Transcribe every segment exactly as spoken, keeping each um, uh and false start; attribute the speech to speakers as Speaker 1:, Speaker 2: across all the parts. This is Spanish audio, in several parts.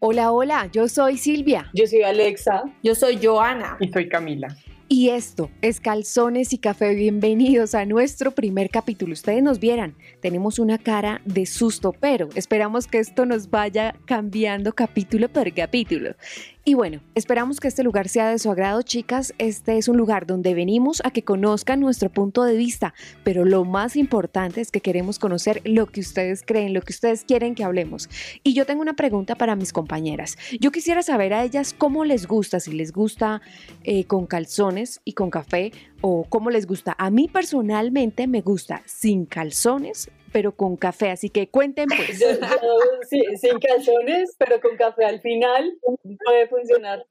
Speaker 1: Hola, hola, yo soy Silvia.
Speaker 2: Yo soy Alexa.
Speaker 3: Yo soy Joana.
Speaker 4: Y soy Camila.
Speaker 1: Y esto es Calzones y Café. Bienvenidos a nuestro primer capítulo. Ustedes nos vieran, tenemos una cara de susto, pero esperamos que esto nos vaya cambiando capítulo por capítulo. Y bueno, esperamos que este lugar sea de su agrado, chicas. Este es un lugar donde venimos a que conozcan nuestro punto de vista, pero lo más importante es que queremos conocer lo que ustedes creen, lo que ustedes quieren que hablemos. Y yo tengo una pregunta para mis compañeras. Yo quisiera saber a ellas cómo les gusta, si les gusta eh, con calzones y con café o cómo les gusta. A mí personalmente me gusta sin calzones, pero con café, así que cuenten pues.
Speaker 2: Yo, yo, sí, sin calzones, pero con café al final puede funcionar.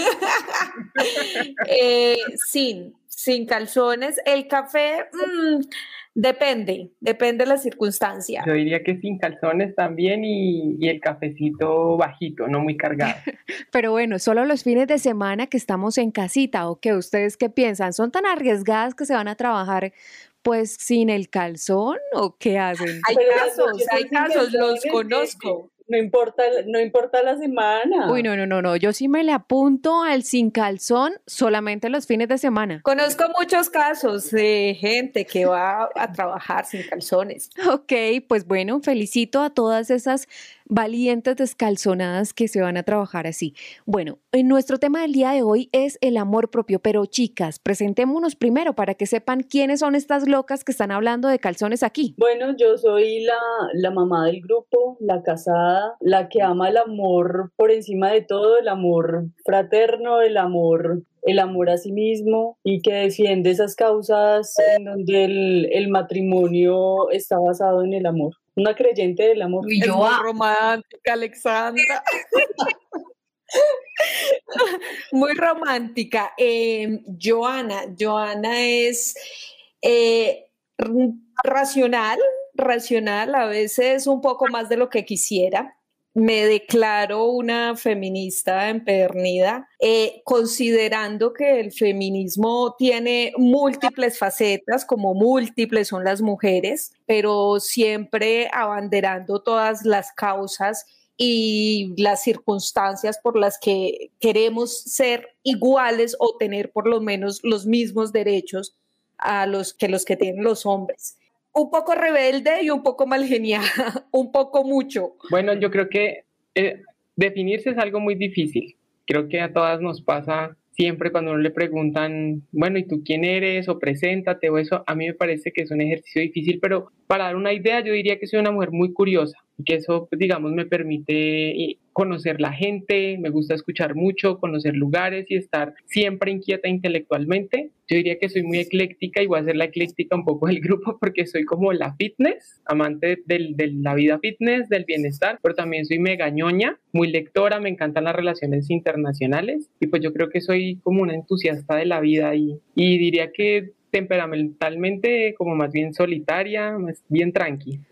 Speaker 3: eh, sin, sin calzones. El café, mmm, depende, depende de la circunstancia.
Speaker 4: Yo diría que sin calzones también y, y el cafecito bajito, no muy cargado.
Speaker 1: Pero bueno, solo los fines de semana que estamos en casita, ¿o qué? ¿Ustedes qué piensan? ¿Son tan arriesgadas que se van a trabajar pues sin el calzón o qué hacen?
Speaker 3: Hay
Speaker 2: Pero
Speaker 3: casos, hay casos, los conozco.
Speaker 2: No importa, no importa la semana.
Speaker 1: Uy, no, no, no, no, yo sí me le apunto al sin calzón solamente los fines de semana.
Speaker 3: Conozco muchos casos de gente que va a trabajar sin calzones.
Speaker 1: Ok, pues bueno, felicito a todas esas valientes descalzonadas que se van a trabajar así. Bueno, en nuestro tema del día de hoy es el amor propio, pero chicas, presentémonos primero para que sepan quiénes son estas locas que están hablando de calzones aquí.
Speaker 2: Bueno, yo soy la, la mamá del grupo, la casada, la que ama el amor por encima de todo, el amor fraterno, el amor, el amor a sí mismo y que defiende esas causas en donde el, el matrimonio está basado en el amor. Una creyente del amor.
Speaker 3: Y yo, es muy romántica, Alexandra. Muy romántica. Eh, Joana, Joana es eh, racional, racional, a veces un poco más de lo que quisiera. Me declaro una feminista empedernida, eh, considerando que el feminismo tiene múltiples facetas, como múltiples son las mujeres, pero siempre abanderando todas las causas y las circunstancias por las que queremos ser iguales o tener por lo menos los mismos derechos a los que los que tienen los hombres. Un poco rebelde y un poco malgeniada, un poco mucho.
Speaker 4: Bueno, yo creo que eh, definirse es algo muy difícil. Creo que a todas nos pasa siempre cuando uno le preguntan, bueno, ¿y tú quién eres? O preséntate o eso. A mí me parece que es un ejercicio difícil, pero para dar una idea yo diría que soy una mujer muy curiosa y que eso, digamos, me permite conocer la gente, me gusta escuchar mucho, conocer lugares y estar siempre inquieta intelectualmente. Yo diría que soy muy ecléctica y voy a ser la ecléctica un poco del grupo porque soy como la fitness, amante del, de la vida fitness, del bienestar, pero también soy mega ñoña, muy lectora, me encantan las relaciones internacionales y pues yo creo que soy como una entusiasta de la vida y, y diría que temperamentalmente como más bien solitaria, más bien tranqui.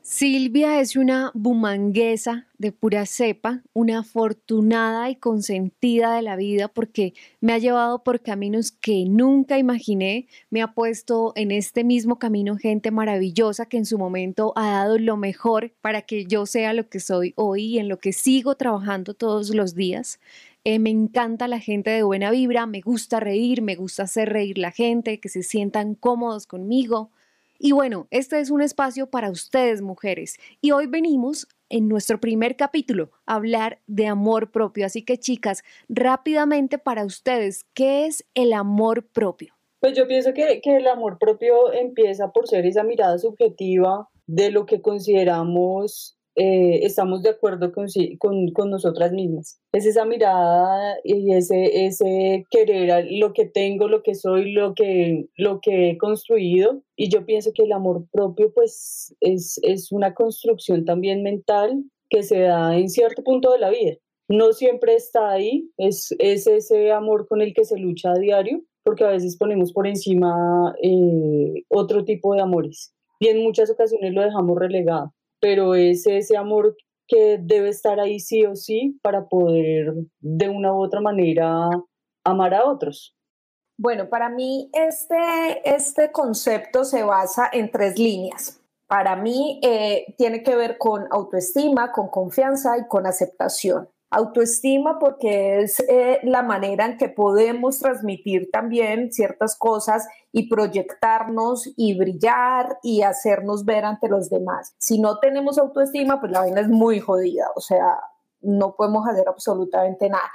Speaker 1: Silvia es una bumanguesa de pura cepa, una afortunada y consentida de la vida porque me ha llevado por caminos que nunca imaginé, me ha puesto en este mismo camino gente maravillosa que en su momento ha dado lo mejor para que yo sea lo que soy hoy y en lo que sigo trabajando todos los días. Eh, me encanta la gente de buena vibra, me gusta reír, me gusta hacer reír la gente, que se sientan cómodos conmigo. Y bueno, este es un espacio para ustedes, mujeres. Y hoy venimos, en nuestro primer capítulo, a hablar de amor propio. Así que, chicas, rápidamente para ustedes, ¿qué es el amor propio?
Speaker 2: Pues yo pienso que, que el amor propio empieza por ser esa mirada subjetiva de lo que consideramos eh, estamos de acuerdo con, con, con nosotras mismas. Es esa mirada y ese, ese querer a lo que tengo, lo que soy, lo que, lo que he construido. Y yo pienso que el amor propio pues es, es una construcción también mental que se da en cierto punto de la vida. No siempre está ahí, es, es ese amor con el que se lucha a diario, porque a veces ponemos por encima eh, otro tipo de amores y en muchas ocasiones lo dejamos relegado, pero es ese amor que debe estar ahí sí o sí para poder de una u otra manera amar a otros.
Speaker 3: Bueno, para mí este, este concepto se basa en tres líneas. Para mí eh, tiene que ver con autoestima, con confianza y con aceptación. Autoestima porque es eh, la manera en que podemos transmitir también ciertas cosas y proyectarnos y brillar y hacernos ver ante los demás. Si no tenemos autoestima, pues la vaina es muy jodida, o sea, no podemos hacer absolutamente nada.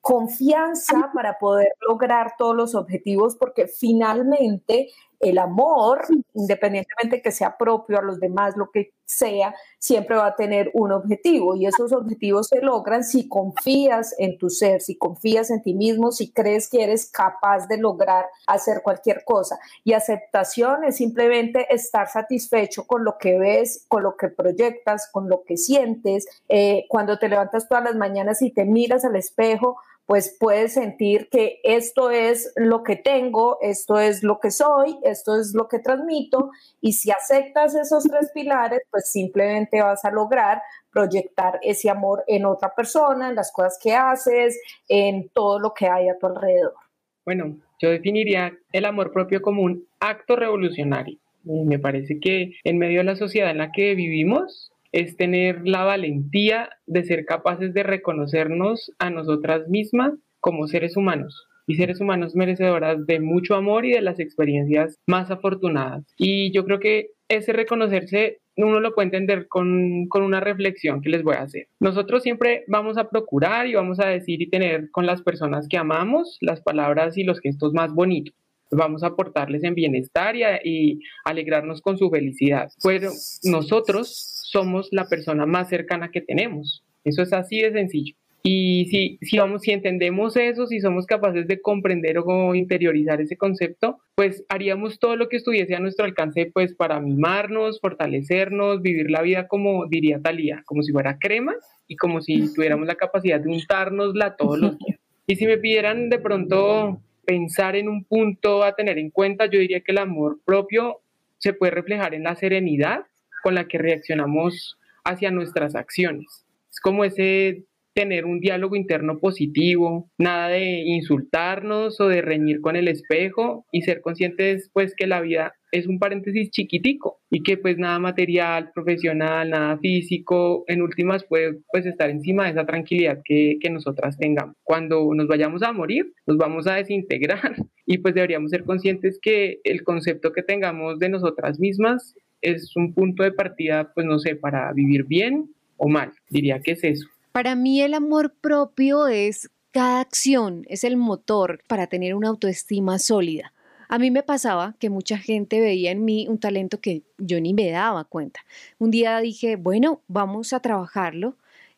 Speaker 3: Confianza para poder lograr todos los objetivos, porque finalmente el amor, independientemente que sea propio a los demás, lo que sea, siempre va a tener un objetivo, y esos objetivos se logran si confías en tu ser, si confías en ti mismo, si crees que eres capaz de lograr hacer cualquier cosa. Y aceptación es simplemente estar satisfecho con lo que ves, con lo que proyectas, con lo que sientes. Eh, cuando te levantas todas las mañanas y te miras al espejo, pues puedes sentir que esto es lo que tengo, esto es lo que soy, esto es lo que transmito, y si aceptas esos tres pilares, pues simplemente vas a lograr proyectar ese amor en otra persona, en las cosas que haces, en todo lo que hay a tu alrededor.
Speaker 4: Bueno, yo definiría el amor propio como un acto revolucionario. Eh, me parece que en medio de la sociedad en la que vivimos, es tener la valentía de ser capaces de reconocernos a nosotras mismas como seres humanos, y seres humanos merecedoras de mucho amor y de las experiencias más afortunadas. Y yo creo que ese reconocerse uno lo puede entender con, con una reflexión que les voy a hacer. Nosotros siempre vamos a procurar y vamos a decir y tener con las personas que amamos las palabras y los gestos más bonitos. Vamos a aportarles en bienestar y, a, y alegrarnos con su felicidad. Pero nosotros somos la persona más cercana que tenemos. Eso es así de sencillo. Y si, si, vamos, si entendemos eso, si somos capaces de comprender o interiorizar ese concepto, pues haríamos todo lo que estuviese a nuestro alcance, pues para mimarnos, fortalecernos, vivir la vida como diría Thalía, como si fuera crema y como si tuviéramos la capacidad de untárnosla todos los días. Y si me pidieran de pronto pensar en un punto a tener en cuenta, yo diría que el amor propio se puede reflejar en la serenidad con la que reaccionamos hacia nuestras acciones. Es como ese tener un diálogo interno positivo, nada de insultarnos o de reñir con el espejo, y ser conscientes pues que la vida es un paréntesis chiquitico y que pues nada material, profesional, nada físico, en últimas puede pues estar encima de esa tranquilidad que, que nosotras tengamos. Cuando nos vayamos a morir, nos vamos a desintegrar y pues deberíamos ser conscientes que el concepto que tengamos de nosotras mismas es un punto de partida, pues no sé, para vivir bien o mal. Diría que es eso.
Speaker 1: Para mí el amor propio es cada acción, es el motor para tener una autoestima sólida. A mí me pasaba que mucha gente veía en mí un talento que yo ni me daba cuenta. Un día dije, bueno, vamos a trabajarlo,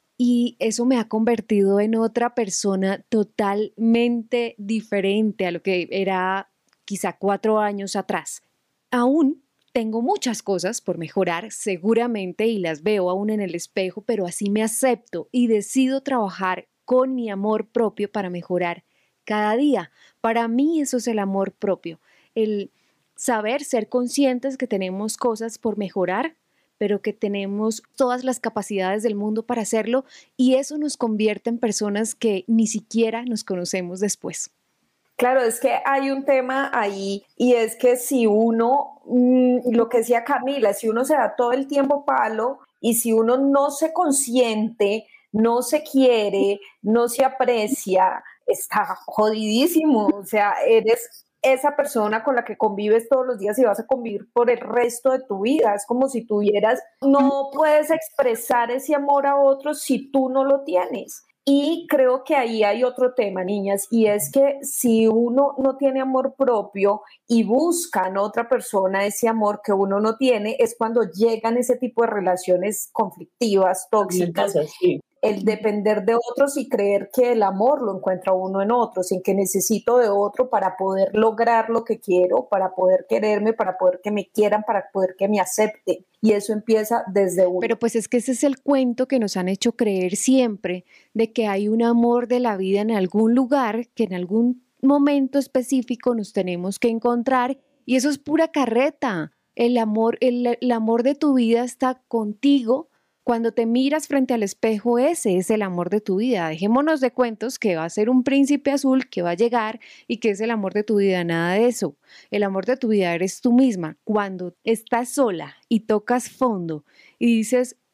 Speaker 1: y eso me ha convertido en otra persona totalmente diferente a lo que era quizá cuatro años atrás. Aún tengo muchas cosas por mejorar, seguramente, y las veo aún en el espejo, pero así me acepto y decido trabajar con mi amor propio para mejorar cada día. Para mí eso es el amor propio, el saber, ser conscientes que tenemos cosas por mejorar, pero que tenemos todas las capacidades del mundo para hacerlo, y eso nos convierte en personas que ni siquiera nos conocemos después.
Speaker 3: Claro, es que hay un tema ahí, y es que si uno, mmm, lo que decía Camila, si uno se da todo el tiempo palo y si uno no se consiente, no se quiere, no se aprecia, está jodidísimo. O sea, eres esa persona con la que convives todos los días y vas a convivir por el resto de tu vida. Es como si tuvieras, no puedes expresar ese amor a otros si tú no lo tienes. Y creo que ahí hay otro tema, niñas, y es que si uno no tiene amor propio y busca en otra persona ese amor que uno no tiene, es cuando llegan ese tipo de relaciones conflictivas, tóxicas. Sí. El depender de otros y creer que el amor lo encuentra uno en otros, en que necesito de otro para poder lograr lo que quiero, para poder quererme, para poder que me quieran, para poder que me acepten. Y eso empieza desde uno.
Speaker 1: Pero pues es que ese es el cuento que nos han hecho creer siempre, de que hay un amor de la vida en algún lugar, que en algún momento específico nos tenemos que encontrar, y eso es pura carreta. El amor, el, el amor de tu vida está contigo. Cuando te miras frente al espejo, ese es el amor de tu vida. Dejémonos de cuentos que va a ser un príncipe azul que va a llegar y que es el amor de tu vida. Nada de eso. El amor de tu vida eres tú misma. Cuando estás sola y tocas fondo y dices,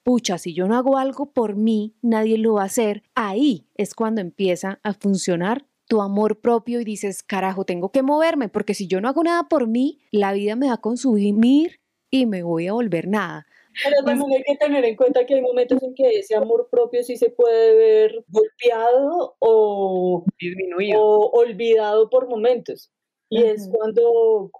Speaker 1: pucha, si yo no hago algo por mí, nadie lo va a hacer, ahí es cuando empieza a funcionar tu amor propio y dices, carajo, tengo que moverme, porque si yo no hago nada por mí, la vida me va a consumir y me voy a volver nada.
Speaker 2: Pero también hay que tener en cuenta que hay momentos en que ese amor propio sí se puede ver golpeado o
Speaker 4: disminuido
Speaker 2: o olvidado por momentos. Y uh-huh. es cuando,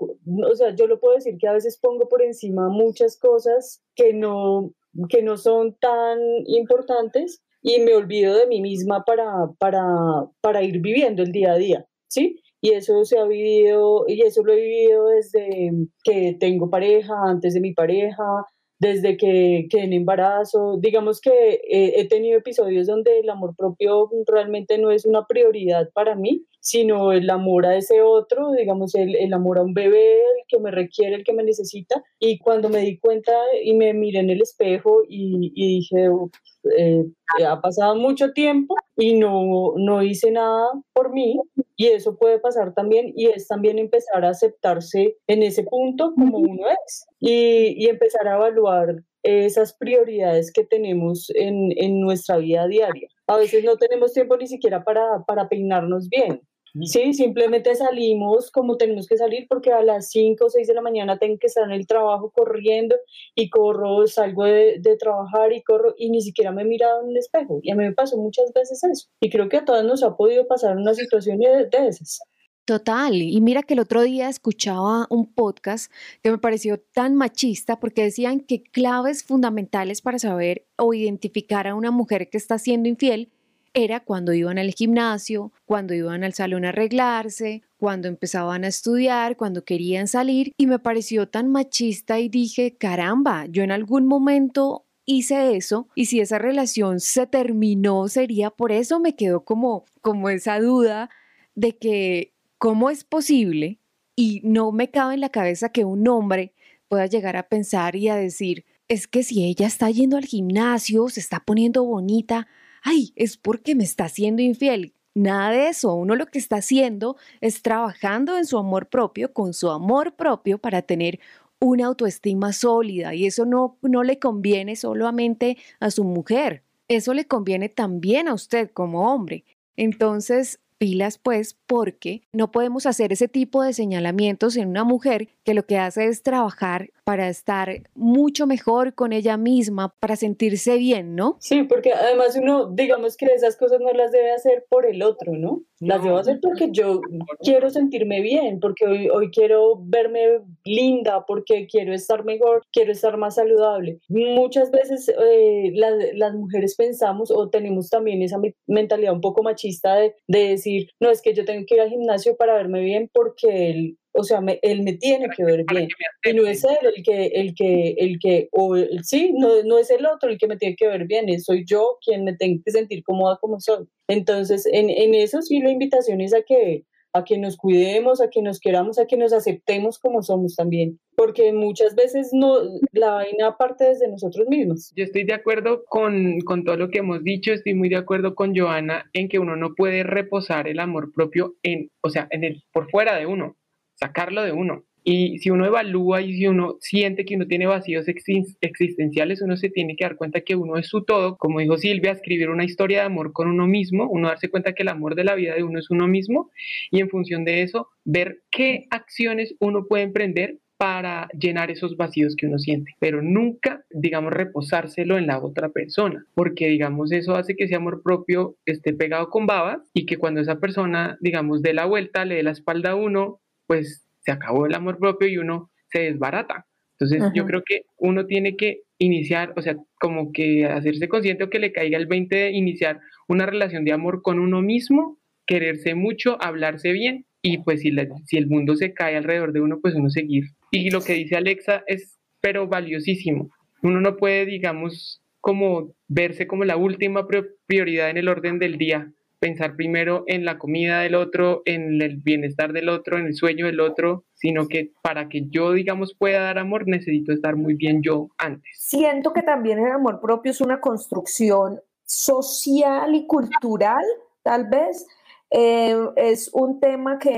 Speaker 2: o sea, yo lo puedo decir que a veces pongo por encima muchas cosas que no, que no son tan importantes y me olvido de mí misma para, para, para ir viviendo el día a día, ¿sí? Y eso se ha vivido, y eso lo he vivido desde que tengo pareja, antes de mi pareja, desde que quedé en embarazo. Digamos que eh, he tenido episodios donde el amor propio realmente no es una prioridad para mí, sino el amor a ese otro, digamos el, el amor a un bebé, el que me requiere, el que me necesita. Y cuando me di cuenta y me miré en el espejo y, y dije, eh, ha pasado mucho tiempo y no, no hice nada por mí, y eso puede pasar también, y es también empezar a aceptarse en ese punto como uno es, y, y empezar a evaluar esas prioridades que tenemos en, en nuestra vida diaria. A veces no tenemos tiempo ni siquiera para, para peinarnos bien. Sí, simplemente salimos como tenemos que salir porque a las cinco o seis de la mañana tengo que estar en el trabajo corriendo y corro, salgo de, de trabajar y corro y ni siquiera me he mirado en el espejo. Y a mí me pasó muchas veces eso. Y creo que a todas nos ha podido pasar una situación de, de esas.
Speaker 1: Total, y mira que el otro día escuchaba un podcast que me pareció tan machista porque decían que claves fundamentales para saber o identificar a una mujer que está siendo infiel era cuando iban al gimnasio, cuando iban al salón a arreglarse, cuando empezaban a estudiar, cuando querían salir, y me pareció tan machista y dije, caramba, yo en algún momento hice eso y si esa relación se terminó sería por eso. Me quedó como, como esa duda de que cómo es posible, y no me cabe en la cabeza que un hombre pueda llegar a pensar y a decir, es que si ella está yendo al gimnasio, se está poniendo bonita, ay, es porque me está siendo infiel. Nada de eso. Uno lo que está haciendo es trabajando en su amor propio, con su amor propio, para tener una autoestima sólida, y eso no, no le conviene solamente a su mujer, eso le conviene también a usted como hombre. Entonces, pilas pues, porque no podemos hacer ese tipo de señalamientos en una mujer que lo que hace es trabajar para estar mucho mejor con ella misma, para sentirse bien, ¿no?
Speaker 2: Sí, porque además uno, digamos que esas cosas no las debe hacer por el otro, ¿no? Las no. debo hacer porque yo quiero sentirme bien, porque hoy, hoy quiero verme linda, porque quiero estar mejor, quiero estar más saludable. Muchas veces eh, las, las mujeres pensamos o tenemos también esa mentalidad un poco machista de, de decir, no, es que yo tengo que ir al gimnasio para verme bien porque él, o sea, me, él me tiene que ver bien, y no es él el que, el que, el que, o el, sí, no, no es el otro el que me tiene que ver bien, es, soy yo quien me tengo que sentir cómoda como soy. Entonces, en, en eso sí la invitación es a que, a que nos cuidemos, a que nos queramos, a que nos aceptemos como somos también, porque muchas veces no, la vaina parte desde nosotros mismos.
Speaker 4: Yo estoy de acuerdo con, con todo lo que hemos dicho, estoy muy de acuerdo con Johanna en que uno no puede reposar el amor propio en, o sea, en el, por fuera de uno, sacarlo de uno. Y si uno evalúa y si uno siente que uno tiene vacíos existenciales, uno se tiene que dar cuenta que uno es su todo. Como dijo Silvia, escribir una historia de amor con uno mismo, uno darse cuenta que el amor de la vida de uno es uno mismo, y en función de eso, ver qué acciones uno puede emprender para llenar esos vacíos que uno siente, pero nunca, digamos, reposárselo en la otra persona, porque, digamos, eso hace que ese amor propio esté pegado con babas y que cuando esa persona, digamos, dé la vuelta, le dé la espalda a uno, pues se acabó el amor propio y uno se desbarata. Entonces, uh-huh. yo creo que uno tiene que iniciar, o sea, como que hacerse consciente o que le caiga el veinte de iniciar una relación de amor con uno mismo, quererse mucho, hablarse bien, y pues si, la, si el mundo se cae alrededor de uno, pues uno seguir. Y lo que dice Alexa es, pero valiosísimo. Uno no puede, digamos, como verse como la última prioridad en el orden del día. Pensar primero en la comida del otro, en el bienestar del otro, en el sueño del otro, sino que para que yo, digamos, pueda dar amor, necesito estar muy bien yo antes.
Speaker 3: Siento que también el amor propio es una construcción social y cultural, tal vez. Eh, es un tema que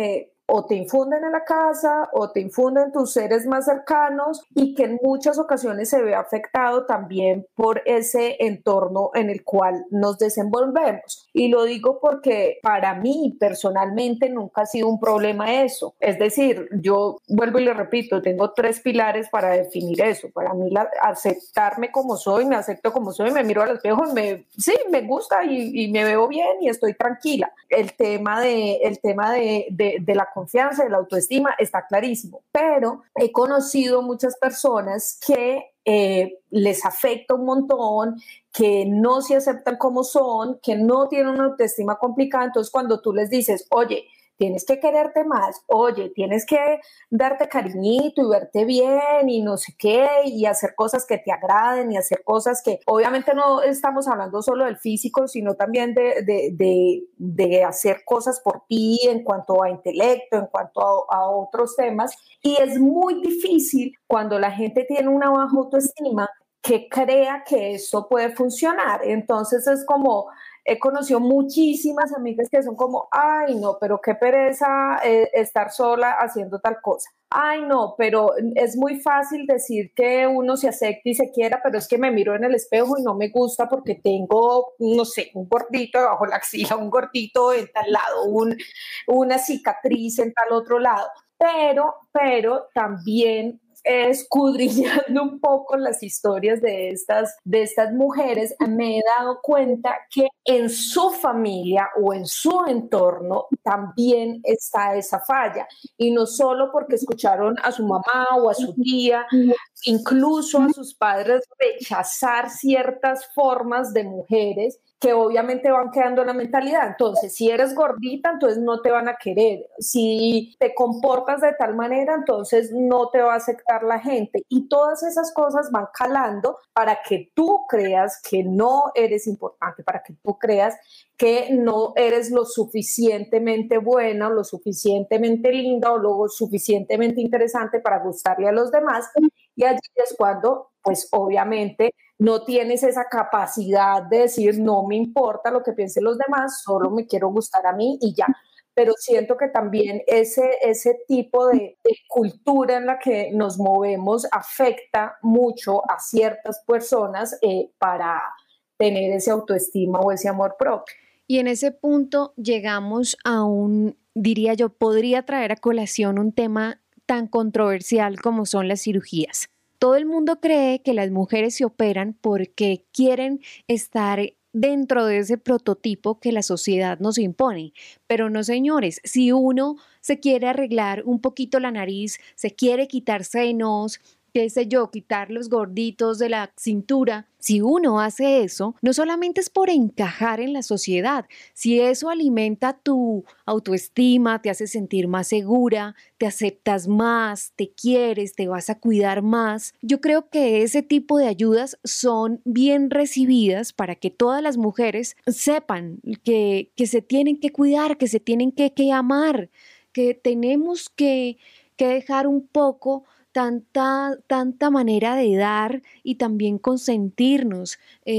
Speaker 3: o te infunden en la casa o te infunden tus seres más cercanos y que en muchas ocasiones se ve afectado también por ese entorno en el cual nos desenvolvemos. Y lo digo porque para mí personalmente nunca ha sido un problema eso. Es decir, yo vuelvo y le repito, tengo tres pilares para definir eso. Para mí la, aceptarme como soy, me acepto como soy, me miro al espejo y me, sí, me gusta y, y me veo bien y estoy tranquila. El tema de, el tema de, de, de la confianza, de la autoestima está clarísimo, pero he conocido muchas personas que eh, les afecta un montón, que no se aceptan como son, que no tienen una autoestima complicada. Entonces cuando tú les dices, oye, tienes que quererte más, oye, tienes que darte cariñito y verte bien y no sé qué, y hacer cosas que te agraden y hacer cosas que, obviamente no estamos hablando solo del físico, sino también de, de, de, de hacer cosas por ti en cuanto a intelecto, en cuanto a, a otros temas. Y es muy difícil cuando la gente tiene una baja autoestima que crea que esto puede funcionar. Entonces es como... He conocido muchísimas amigas que son como, ay no, pero qué pereza eh, estar sola haciendo tal cosa. Ay no, pero es muy fácil decir que uno se acepte y se quiera, pero es que me miro en el espejo y no me gusta porque tengo, no sé, un gordito debajo de la axila, un gordito en tal lado, un, una cicatriz en tal otro lado. Pero, pero también escudriñando un poco las historias de estas, de estas mujeres, me he dado cuenta que en su familia o en su entorno también está esa falla. Y no solo porque escucharon a su mamá o a su tía, incluso a sus padres rechazar ciertas formas de mujeres que obviamente van quedando en la mentalidad. Entonces, si eres gordita, entonces no te van a querer. Si te comportas de tal manera, entonces no te va a aceptar la gente. Y todas esas cosas van calando para que tú creas que no eres importante, para que tú creas que no eres lo suficientemente buena, o lo suficientemente linda o lo suficientemente interesante para gustarle a los demás. Y allí es cuando, pues obviamente, no tienes esa capacidad de decir, no me importa lo que piensen los demás, solo me quiero gustar a mí y ya. Pero siento que también ese, ese tipo de, de cultura en la que nos movemos afecta mucho a ciertas personas eh, para tener ese autoestima o ese amor propio.
Speaker 1: Y en ese punto llegamos a un, diría yo, podría traer a colación un tema tan controversial como son las cirugías. Todo el mundo cree que las mujeres se operan porque quieren estar dentro de ese prototipo que la sociedad nos impone. Pero no, señores, si uno se quiere arreglar un poquito la nariz, se quiere quitar senos, qué sé yo, quitar los gorditos de la cintura, si uno hace eso, no solamente es por encajar en la sociedad, si eso alimenta tu autoestima, te hace sentir más segura, te aceptas más, te quieres, te vas a cuidar más, yo creo que ese tipo de ayudas son bien recibidas para que todas las mujeres sepan que, que se tienen que cuidar, que se tienen que, que amar, que tenemos que, que dejar un poco tanta, tanta manera de dar y también consentirnos,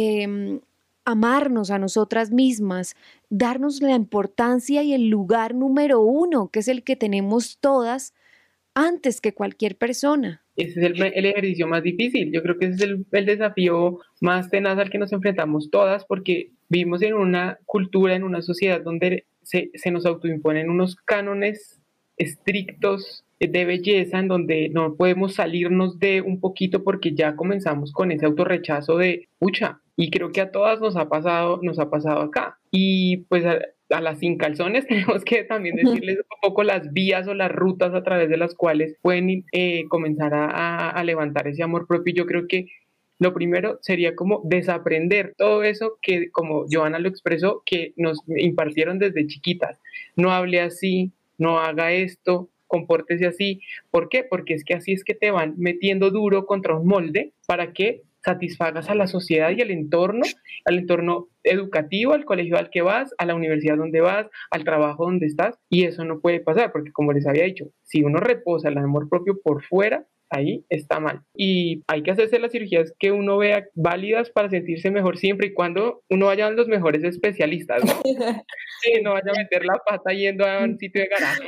Speaker 1: eh, amarnos a nosotras mismas, darnos la importancia y el lugar número uno, que es el que tenemos todas antes que cualquier persona.
Speaker 4: Ese es el, el ejercicio más difícil. Yo creo que ese es el, el desafío más tenaz al que nos enfrentamos todas, porque vivimos en una cultura, en una sociedad donde se, se nos autoimponen unos cánones estrictos de belleza, en donde no podemos salirnos de un poquito porque ya comenzamos con ese autorrechazo de pucha, y creo que a todas nos ha pasado, nos ha pasado acá. Y pues a, a las sin calzones tenemos que también decirles un poco las vías o las rutas a través de las cuales pueden eh, comenzar a, a, a levantar ese amor propio. Yo creo que lo primero sería como desaprender todo eso que, como Johanna lo expresó, que nos impartieron desde chiquitas. No hable así, no haga esto, compórtese así. ¿Por qué? Porque es que así es que te van metiendo duro contra un molde para que satisfagas a la sociedad y al entorno, al entorno educativo, al colegio al que vas, a la universidad donde vas, al trabajo donde estás, y eso no puede pasar, porque como les había dicho, si uno reposa el amor propio por fuera, ahí está mal. Y hay que hacerse las cirugías que uno vea válidas para sentirse mejor siempre y cuando uno vaya a los mejores especialistas, ¿no? Sí, no vaya a meter la pata yendo a un sitio de garaje.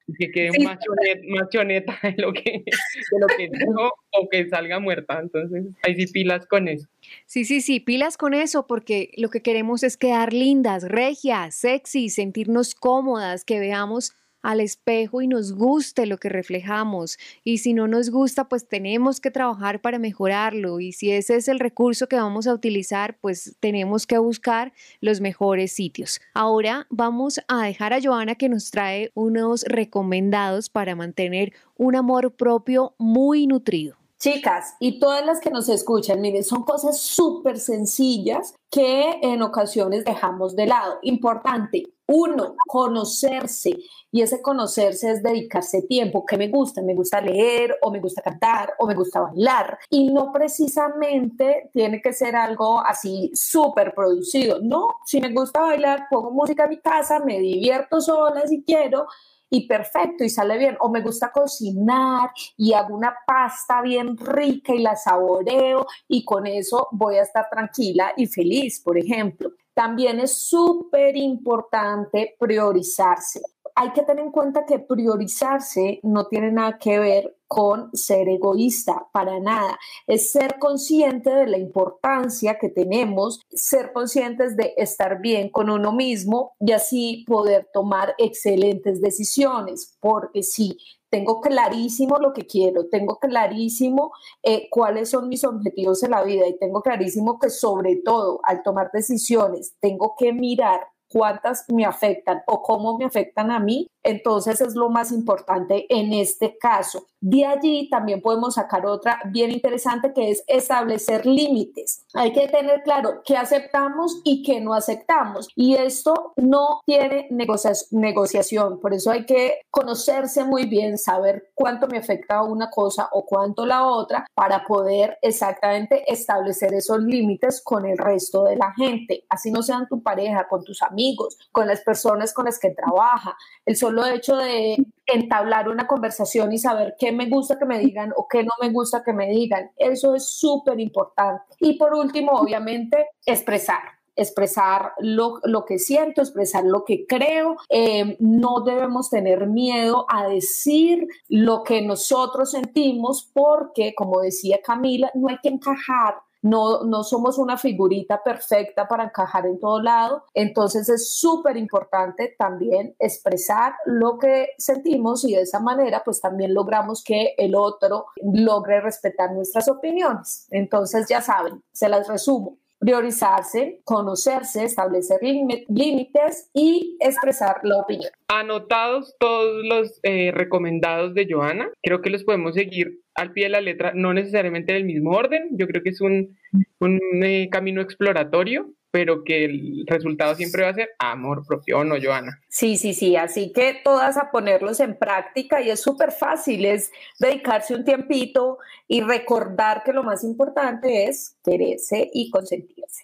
Speaker 4: que quede
Speaker 3: Sí.
Speaker 4: machoneta, machoneta de lo que, de lo que dijo o que salga muerta. Entonces, ahí sí pilas con eso.
Speaker 1: Sí, sí, sí, pilas con eso, porque lo que queremos es quedar lindas, regias, sexy, sentirnos cómodas, que veamos al espejo y nos guste lo que reflejamos. Y si no nos gusta, pues tenemos que trabajar para mejorarlo. Y si ese es el recurso que vamos a utilizar, pues tenemos que buscar los mejores sitios. Ahora vamos a dejar a Johanna que nos trae unos recomendados para mantener un amor propio muy nutrido.
Speaker 3: Chicas, y todas las que nos escuchan, miren, son cosas súper sencillas que en ocasiones dejamos de lado. Importante, uno, conocerse. Y ese conocerse es dedicarse tiempo. ¿Qué me gusta? Me gusta leer, o me gusta cantar, o me gusta bailar. Y no precisamente tiene que ser algo así súper producido. No, si me gusta bailar, pongo música en mi casa, me divierto sola si quiero, y perfecto, y sale bien. O me gusta cocinar y hago una pasta bien rica y la saboreo, y con eso voy a estar tranquila y feliz, por ejemplo. También es súper importante priorizarse. Hay que tener en cuenta que priorizarse no tiene nada que ver con ser egoísta, para nada. Es ser consciente de la importancia que tenemos, ser conscientes de estar bien con uno mismo y así poder tomar excelentes decisiones, porque si tengo clarísimo lo que quiero, tengo clarísimo eh, cuáles son mis objetivos en la vida, y tengo clarísimo que sobre todo al tomar decisiones tengo que mirar cuántas me afectan o cómo me afectan a mí, entonces es lo más importante en este caso. De allí también podemos sacar otra bien interesante, que es establecer límites. Hay que tener claro qué aceptamos y qué no aceptamos, y esto no tiene negocia- negociación, por eso hay que conocerse muy bien, saber cuánto me afecta una cosa o cuánto la otra, para poder exactamente establecer esos límites con el resto de la gente, así no sean tu pareja, con tus amigos, con las personas con las que trabaja. El solo hecho de entablar una conversación y saber qué me gusta que me digan o qué no me gusta que me digan, eso es súper importante. Y por último, obviamente, expresar. expresar lo, lo que siento, expresar lo que creo. Eh, no debemos tener miedo a decir lo que nosotros sentimos, porque, como decía Camila, no hay que encajar. No, no somos una figurita perfecta para encajar en todo lado, entonces es súper importante también expresar lo que sentimos, y de esa manera pues también logramos que el otro logre respetar nuestras opiniones. Entonces ya saben, se las resumo: priorizarse, conocerse, establecer límites y expresar la opinión.
Speaker 4: Anotados todos los eh, recomendados de Johanna, creo que los podemos seguir al pie de la letra, no necesariamente en el mismo orden. Yo creo que es un, un eh, camino exploratorio, pero que el resultado siempre va a ser amor propio, ¿no, Johanna?
Speaker 3: Sí, sí, sí, así que todas a ponerlos en práctica, y es súper fácil, es dedicarse un tiempito y recordar que lo más importante es quererse y consentirse.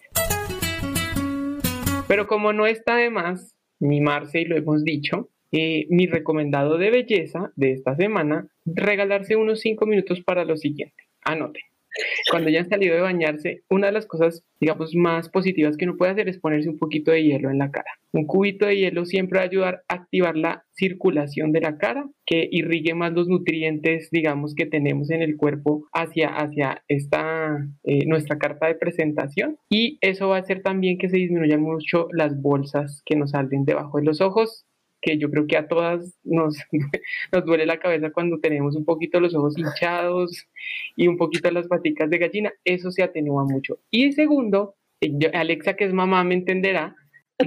Speaker 4: Pero como no está de más mimarse, y lo hemos dicho, eh, mi recomendado de belleza de esta semana, regalarse unos cinco minutos para lo siguiente. Anoten. Cuando ya han salido de bañarse, una de las cosas, digamos, más positivas que uno puede hacer es ponerse un poquito de hielo en la cara. Un cubito de hielo siempre va a ayudar a activar la circulación de la cara, que irrigue más los nutrientes, digamos, que tenemos en el cuerpo hacia, hacia esta, eh, nuestra carta de presentación. Y eso va a hacer también que se disminuyan mucho las bolsas que nos salen debajo de los ojos, que yo creo que a todas nos, nos duele la cabeza cuando tenemos un poquito los ojos hinchados y un poquito las paticas de gallina. Eso se atenúa mucho. Y segundo, yo, Alexa, que es mamá, me entenderá,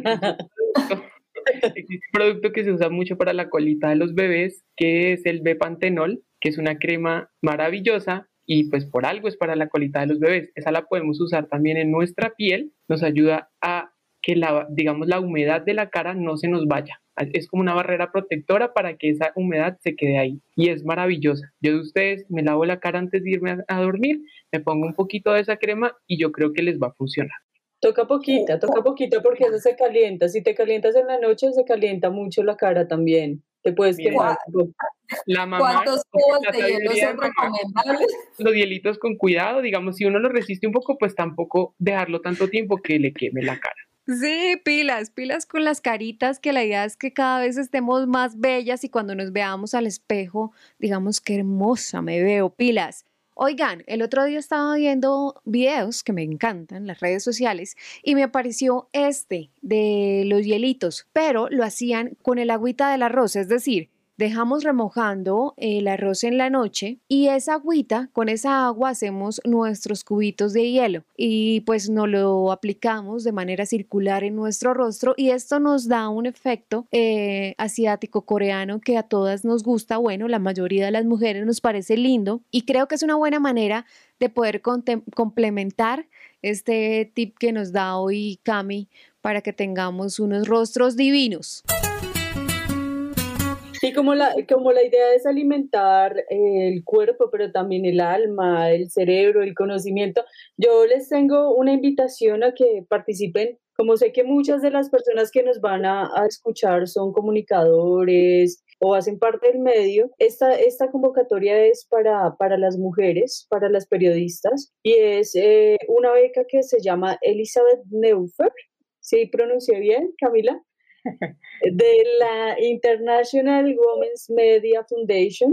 Speaker 4: existe un producto que se usa mucho para la colita de los bebés, que es el Bepantenol, que es una crema maravillosa, y pues por algo es para la colita de los bebés. Esa la podemos usar también en nuestra piel, nos ayuda a que la, digamos, la humedad de la cara no se nos vaya. Es como una barrera protectora para que esa humedad se quede ahí, y es maravillosa. Yo de ustedes me lavo la cara antes de irme a, a dormir, me pongo un poquito de esa crema y yo creo que les va a funcionar.
Speaker 2: Toca poquita, toca poquita, porque eso se calienta. Si te calientas en la noche, se calienta mucho la cara también. Te puedes quemar.
Speaker 4: La mamá,
Speaker 3: ¿Cuántos cubos
Speaker 4: la
Speaker 3: de hielo
Speaker 4: sabiduría
Speaker 3: son
Speaker 4: de mamá.
Speaker 3: recomendables?
Speaker 4: Los hielitos con cuidado, digamos, si uno lo resiste un poco, pues tampoco dejarlo tanto tiempo que le queme la cara.
Speaker 1: Sí, pilas, pilas con las caritas, que la idea es que cada vez estemos más bellas y cuando nos veamos al espejo, digamos qué hermosa me veo, pilas. Oigan, el otro día estaba viendo videos que me encantan en las redes sociales y me apareció este de los hielitos, pero lo hacían con el agüita del arroz, es decir, dejamos remojando el arroz en la noche y esa agüita, con esa agua hacemos nuestros cubitos de hielo y pues nos lo aplicamos de manera circular en nuestro rostro y esto nos da un efecto eh, asiático coreano que a todas nos gusta, bueno, la mayoría de las mujeres nos parece lindo y creo que es una buena manera de poder complementar este tip que nos da hoy Cami para que tengamos unos rostros divinos.
Speaker 2: Sí, como la, como la idea es alimentar el cuerpo, pero también el alma, el cerebro, el conocimiento, yo les tengo una invitación a que participen. Como sé que muchas de las personas que nos van a, a escuchar son comunicadores o hacen parte del medio, esta, esta convocatoria es para, para las mujeres, para las periodistas, y es eh, una beca que se llama Elizabeth Neufer. ¿Sí pronuncié bien, Camila? De la International Women's Media Foundation.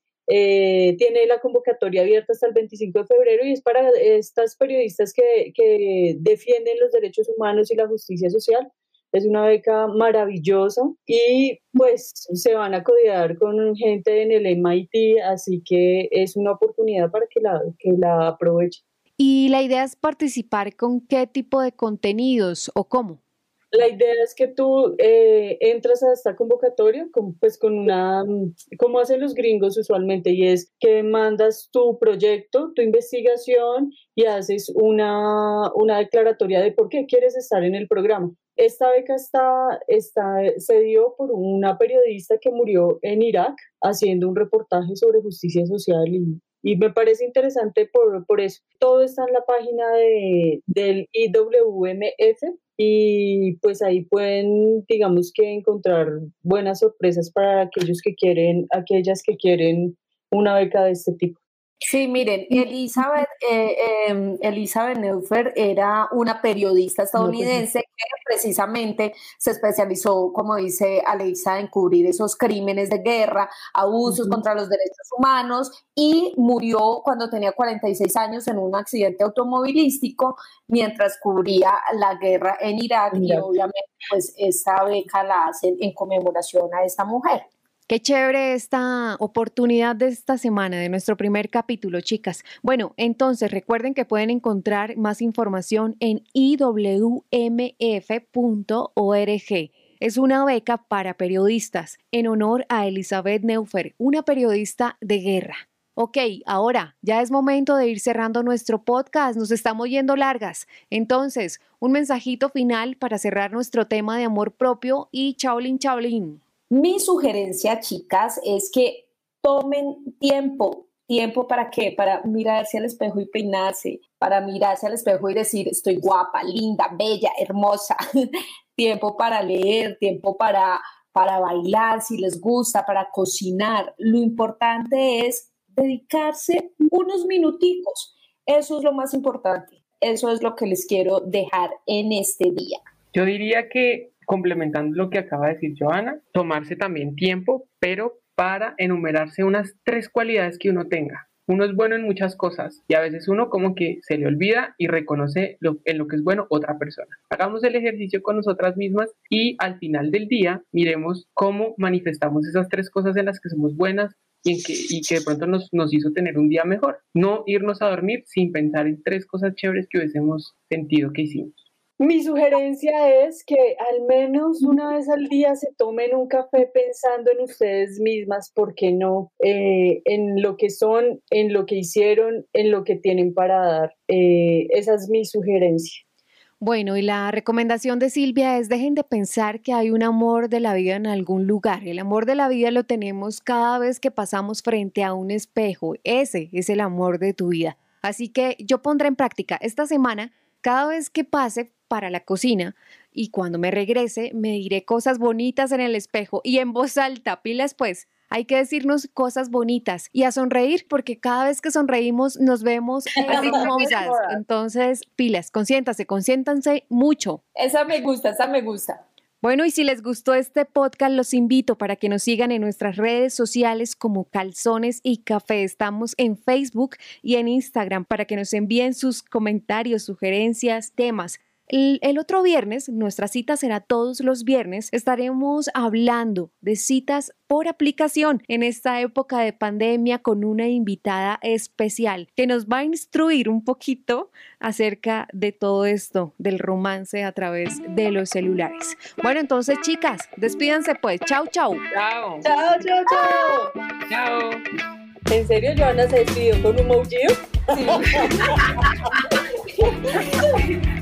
Speaker 2: Eh, tiene la convocatoria abierta hasta el veinticinco de febrero y es para estas periodistas que, que defienden los derechos humanos y la justicia social. Es una beca maravillosa y pues se van a codear con gente en el M I T, así que es una oportunidad para que la, que la aprovechen.
Speaker 1: ¿Y la idea es participar con qué tipo de contenidos o cómo?
Speaker 2: La idea es que tú eh, entras a esta convocatoria con, pues con una, como hacen los gringos usualmente, y es que mandas tu proyecto, tu investigación y haces una, una declaratoria de por qué quieres estar en el programa. Esta beca está, está, se dio por una periodista que murió en Irak haciendo un reportaje sobre justicia social y, y me parece interesante por, por eso. Todo está en la página de, del I W M F. Y pues ahí pueden, digamos que encontrar buenas sorpresas para aquellos que quieren, aquellas que quieren una beca de este tipo.
Speaker 3: Sí, miren, Elizabeth, eh, eh, Elizabeth Neufer era una periodista estadounidense que precisamente se especializó, como dice Alexa, en cubrir esos crímenes de guerra, abusos uh-huh. contra los derechos humanos y murió cuando tenía cuarenta y seis años en un accidente automovilístico mientras cubría la guerra en Irak uh-huh. y obviamente pues esta beca la hacen en conmemoración a esta mujer.
Speaker 1: Qué chévere esta oportunidad de esta semana, de nuestro primer capítulo, chicas. Bueno, entonces recuerden que pueden encontrar más información en i w m f punto org. Es una beca para periodistas en honor a Elizabeth Neufer, una periodista de guerra. Ok, ahora ya es momento de ir cerrando nuestro podcast, nos estamos yendo largas. Entonces, un mensajito final para cerrar nuestro tema de amor propio y chaolín, chaolín.
Speaker 3: Mi sugerencia, chicas, es que tomen tiempo. ¿Tiempo para qué? Para mirarse al espejo y peinarse, para mirarse al espejo y decir estoy guapa, linda, bella, hermosa. Tiempo para leer, tiempo para, para bailar si les gusta, para cocinar. Lo importante es dedicarse unos minuticos. Eso es lo más importante. Eso es lo que les quiero dejar en este día.
Speaker 4: Yo diría que, complementando lo que acaba de decir Joana, tomarse también tiempo, pero para enumerarse unas tres cualidades que uno tenga. Uno es bueno en muchas cosas y a veces uno como que se le olvida y reconoce lo, en lo que es bueno otra persona. Hagamos el ejercicio con nosotras mismas y al final del día miremos cómo manifestamos esas tres cosas en las que somos buenas y, en que, y que de pronto nos, nos hizo tener un día mejor. No irnos a dormir sin pensar en tres cosas chéveres que hubiésemos sentido que hicimos.
Speaker 2: Mi sugerencia es que al menos una vez al día se tomen un café pensando en ustedes mismas, ¿por qué no? Eh, en lo que son, en lo que hicieron, en lo que tienen para dar. Eh, esa es mi sugerencia.
Speaker 1: Bueno, y la recomendación de Silvia es dejen de pensar que hay un amor de la vida en algún lugar. El amor de la vida lo tenemos cada vez que pasamos frente a un espejo. Ese es el amor de tu vida. Así que yo pondré en práctica esta semana, cada vez que pase para la cocina y cuando me regrese me diré cosas bonitas en el espejo y en voz alta, pilas pues, Hay que decirnos cosas bonitas y a sonreír, porque cada vez que sonreímos nos vemos hermosas. Entonces, pilas, consiéntanse, consiéntanse mucho.
Speaker 3: Esa me gusta, esa me gusta.
Speaker 1: Bueno, y si les gustó este podcast, los invito para que nos sigan en nuestras redes sociales como Calzones y Café. Estamos en Facebook y en Instagram para que nos envíen sus comentarios, sugerencias, temas. El, el otro viernes, nuestra cita será todos los viernes, estaremos hablando de citas por aplicación en esta época de pandemia con una invitada especial que nos va a instruir un poquito acerca de todo esto, del romance a través de los celulares. Bueno, entonces, chicas, despídanse pues. Chau, chau.
Speaker 4: Chao.
Speaker 2: Chao, chao, chao.
Speaker 4: Chao.
Speaker 2: ¿En serio, Joana se despidió con un maullido?
Speaker 3: Sí.